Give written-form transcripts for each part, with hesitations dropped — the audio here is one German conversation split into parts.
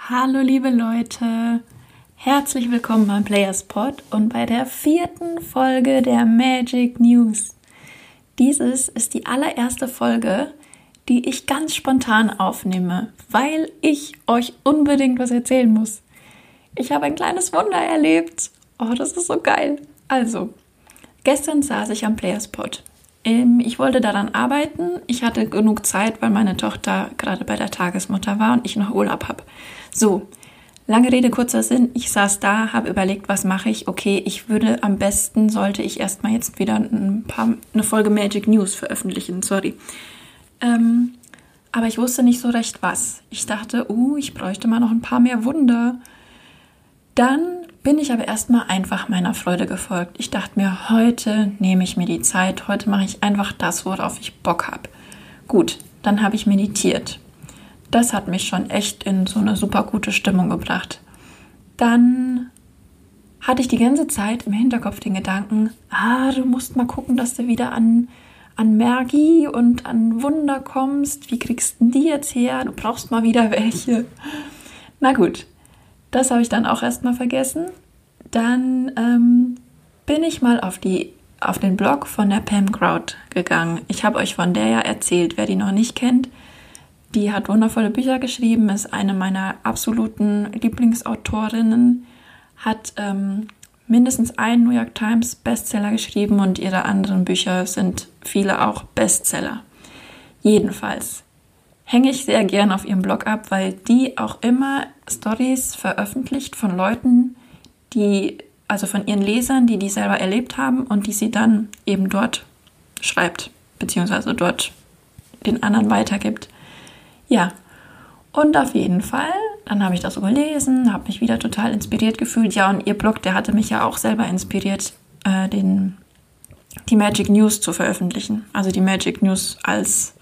Hallo liebe Leute, herzlich willkommen beim Playerspot und bei der 4. Folge der Magic News. Dieses ist die allererste Folge, die ich ganz spontan aufnehme, weil ich euch unbedingt was erzählen muss. Ich habe ein kleines Wunder erlebt. Oh, das ist so geil. Also, gestern saß ich am Playerspot. Ich wollte daran arbeiten. Ich hatte genug Zeit, weil meine Tochter gerade bei der Tagesmutter war und ich noch Urlaub habe. So, lange Rede, kurzer Sinn. Ich saß da, habe überlegt, was mache ich. Okay, sollte ich erstmal jetzt wieder eine Folge Magic News veröffentlichen. Sorry. Aber ich wusste nicht so recht was. Ich dachte, ich bräuchte mal noch ein paar mehr Wunder. Dann bin ich aber erstmal einfach meiner Freude gefolgt. Ich dachte mir, heute nehme ich mir die Zeit, heute mache ich einfach das, worauf ich Bock habe. Gut, dann habe ich meditiert. Das hat mich schon echt in so eine super gute Stimmung gebracht. Dann hatte ich die ganze Zeit im Hinterkopf den Gedanken, du musst mal gucken, dass du wieder an Magie und an Wunder kommst. Wie kriegst du die jetzt her? Du brauchst mal wieder welche. Na gut. Das habe ich dann auch erstmal vergessen. Dann bin ich mal auf den Blog von der Pam Grout gegangen. Ich habe euch von der ja erzählt, wer die noch nicht kennt. Die hat wundervolle Bücher geschrieben, ist eine meiner absoluten Lieblingsautorinnen, hat mindestens einen New York Times Bestseller geschrieben und ihre anderen Bücher sind viele auch Bestseller. Jedenfalls hänge ich sehr gern auf ihrem Blog ab, weil die auch immer Storys veröffentlicht von Leuten, also von ihren Lesern, die selber erlebt haben und die sie dann eben dort schreibt, beziehungsweise dort den anderen weitergibt. Ja, und auf jeden Fall, dann habe ich das so gelesen, habe mich wieder total inspiriert gefühlt. Ja, und ihr Blog, der hatte mich ja auch selber inspiriert, die Magic News zu veröffentlichen. Also die Magic News als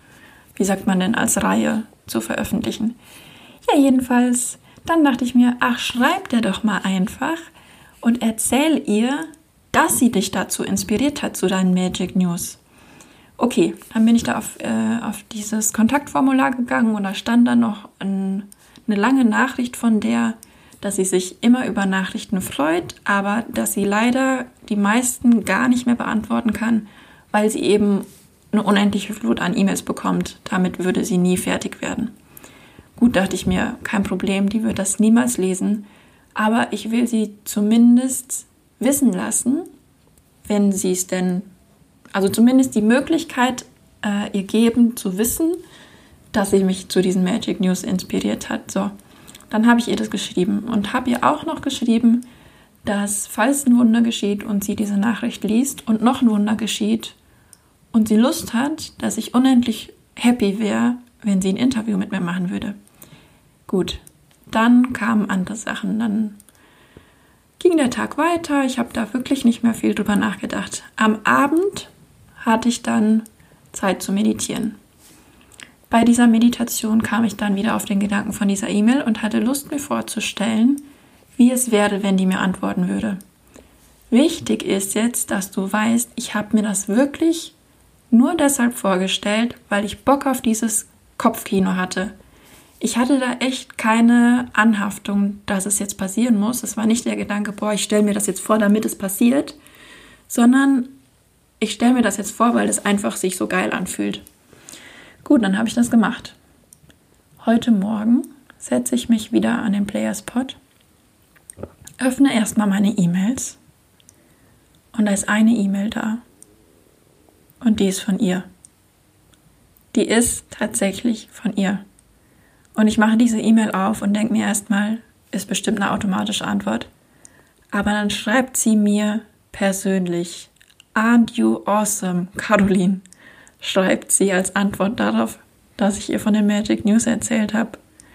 Reihe zu veröffentlichen. Ja, jedenfalls, dann dachte ich mir, schreib dir doch mal einfach und erzähl ihr, dass sie dich dazu inspiriert hat, zu deinen Magic News. Okay, dann bin ich da auf dieses Kontaktformular gegangen und da stand dann noch eine lange Nachricht von der, dass sie sich immer über Nachrichten freut, aber dass sie leider die meisten gar nicht mehr beantworten kann, weil sie eben eine unendliche Flut an E-Mails bekommt. Damit würde sie nie fertig werden. Gut, dachte ich mir, kein Problem, die wird das niemals lesen. Aber ich will sie zumindest wissen lassen, wenn sie es denn, also zumindest die Möglichkeit ihr geben, zu wissen, dass sie mich zu diesen Magic News inspiriert hat. So, dann habe ich ihr das geschrieben und habe ihr auch noch geschrieben, dass, falls ein Wunder geschieht und sie diese Nachricht liest und noch ein Wunder geschieht, und sie Lust hat, dass ich unendlich happy wäre, wenn sie ein Interview mit mir machen würde. Gut, dann kamen andere Sachen. Dann ging der Tag weiter. Ich habe da wirklich nicht mehr viel drüber nachgedacht. Am Abend hatte ich dann Zeit zu meditieren. Bei dieser Meditation kam ich dann wieder auf den Gedanken von dieser E-Mail und hatte Lust, mir vorzustellen, wie es wäre, wenn die mir antworten würde. Wichtig ist jetzt, dass du weißt, ich habe mir das wirklich nur deshalb vorgestellt, weil ich Bock auf dieses Kopfkino hatte. Ich hatte da echt keine Anhaftung, dass es jetzt passieren muss. Es war nicht der Gedanke, ich stelle mir das jetzt vor, damit es passiert, sondern ich stelle mir das jetzt vor, weil es einfach sich so geil anfühlt. Gut, dann habe ich das gemacht. Heute Morgen setze ich mich wieder an den Playerspot, öffne erstmal meine E-Mails und da ist eine E-Mail da. Und die ist von ihr. Die ist tatsächlich von ihr. Und ich mache diese E-Mail auf und denke mir erstmal, ist bestimmt eine automatische Antwort. Aber dann schreibt sie mir persönlich, "Aren't you awesome, Caroline?" schreibt sie als Antwort darauf, dass ich ihr von den Magic News erzählt habe.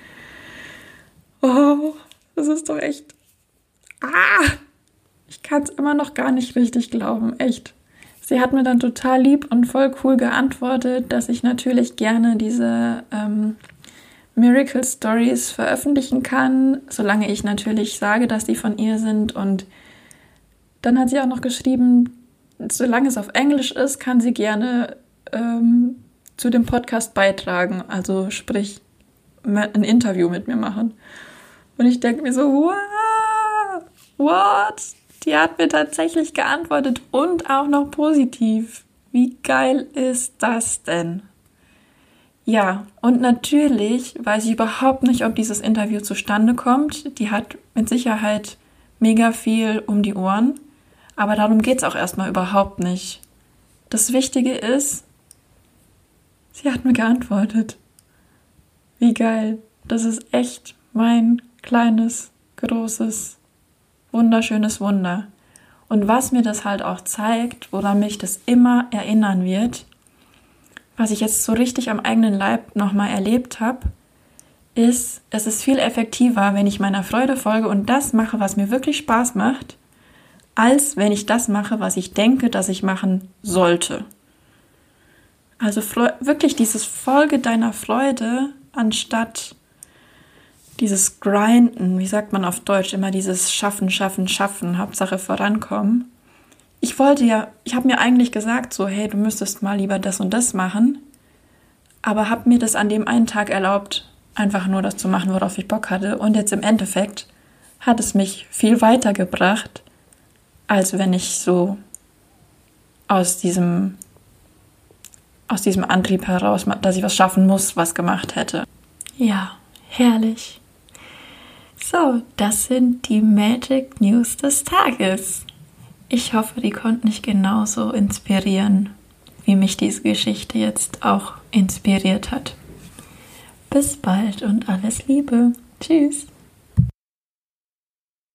Oh, das ist doch echt... Ich kann es immer noch gar nicht richtig glauben, echt. Sie hat mir dann total lieb und voll cool geantwortet, dass ich natürlich gerne diese Miracle Stories veröffentlichen kann, solange ich natürlich sage, dass die von ihr sind. Und dann hat sie auch noch geschrieben, solange es auf Englisch ist, kann sie gerne zu dem Podcast beitragen, also sprich ein Interview mit mir machen. Und ich denke mir so, wow, what? Die hat mir tatsächlich geantwortet und auch noch positiv. Wie geil ist das denn? Ja, und natürlich weiß ich überhaupt nicht, ob dieses Interview zustande kommt. Die hat mit Sicherheit mega viel um die Ohren, aber darum geht es auch erstmal überhaupt nicht. Das Wichtige ist, sie hat mir geantwortet. Wie geil. Das ist echt mein kleines, großes, wunderschönes Wunder. Und was mir das halt auch zeigt, woran mich das immer erinnern wird, was ich jetzt so richtig am eigenen Leib nochmal erlebt habe, ist, es ist viel effektiver, wenn ich meiner Freude folge und das mache, was mir wirklich Spaß macht, als wenn ich das mache, was ich denke, dass ich machen sollte. Also wirklich dieses Folge deiner Freude, anstatt dieses Grinden, wie sagt man auf Deutsch, immer dieses Schaffen, Hauptsache vorankommen. Ich habe mir eigentlich gesagt, so, hey, du müsstest mal lieber das und das machen, aber habe mir das an dem einen Tag erlaubt, einfach nur das zu machen, worauf ich Bock hatte. Und jetzt im Endeffekt hat es mich viel weitergebracht, als wenn ich so aus diesem Antrieb heraus, dass ich was schaffen muss, was gemacht hätte. Ja, herrlich. So, das sind die Magic News des Tages. Ich hoffe, die konnten dich genauso inspirieren, wie mich diese Geschichte jetzt auch inspiriert hat. Bis bald und alles Liebe. Tschüss.